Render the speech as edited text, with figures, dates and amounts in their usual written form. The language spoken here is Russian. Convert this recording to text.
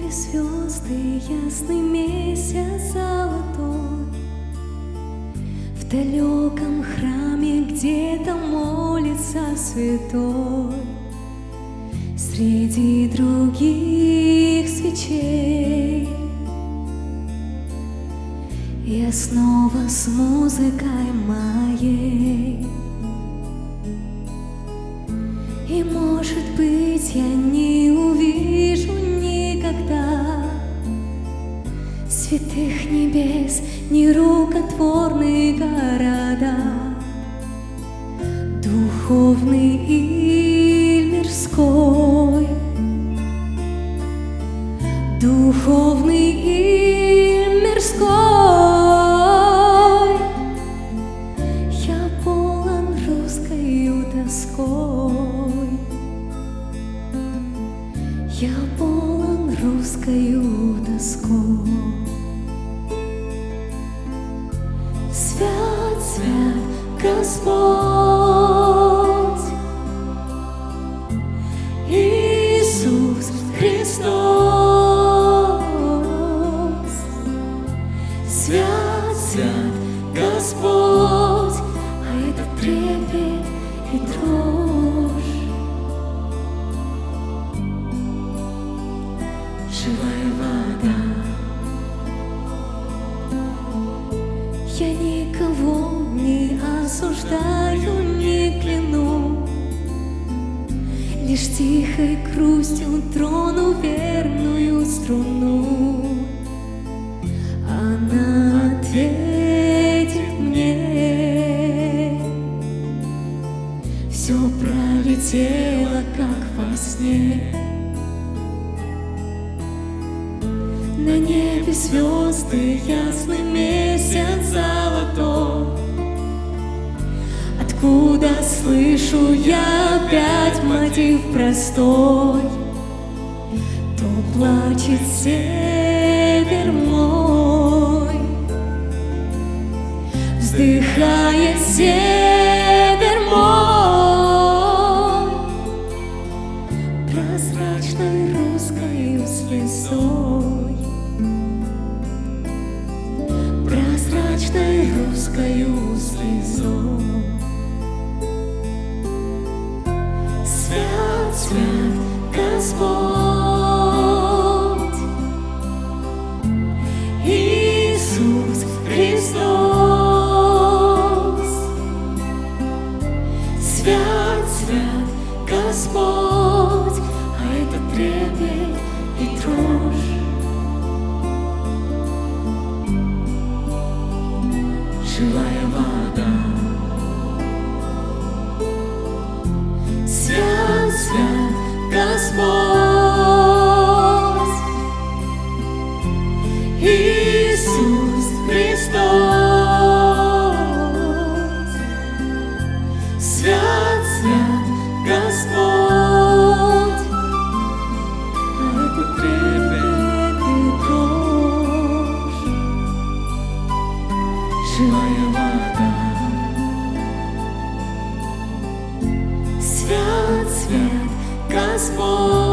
небе звезды, ясный месяц золотой. В далеком храме где-то молится святой. Среди других свечей я снова с музыкой моей. И, может быть, я не увижу никогда святых небес, ни рукотворные города, духовный и мирской, духовный и мирской. Я полон русскою тоской, я полон русскою тоской. Свят, свят Господь, Иисус Христос. Свят, свят Господь, а это трепет и дрожь. Живая вода. Я никого не осуждаю, не кляну, лишь тихой грустью трону верную струну. Она ответит мне: все пролетело, как во сне. На небе звезды, ясный месяц золотой. Откуда слышу я опять мотив простой? То плачет север мой, вздыхает север мой, прозрачной русскою слезой, прозрачной русскою слезой. Свят, свят Господь, Иисус Христос. Свят, свят Господь, а это трепет и дрожь. Живая вода. Свят, свят Господь, Иисус Христос. Свят, свят Господь, а это трепет и дрожь. Живая вода. Свят, свят Господь.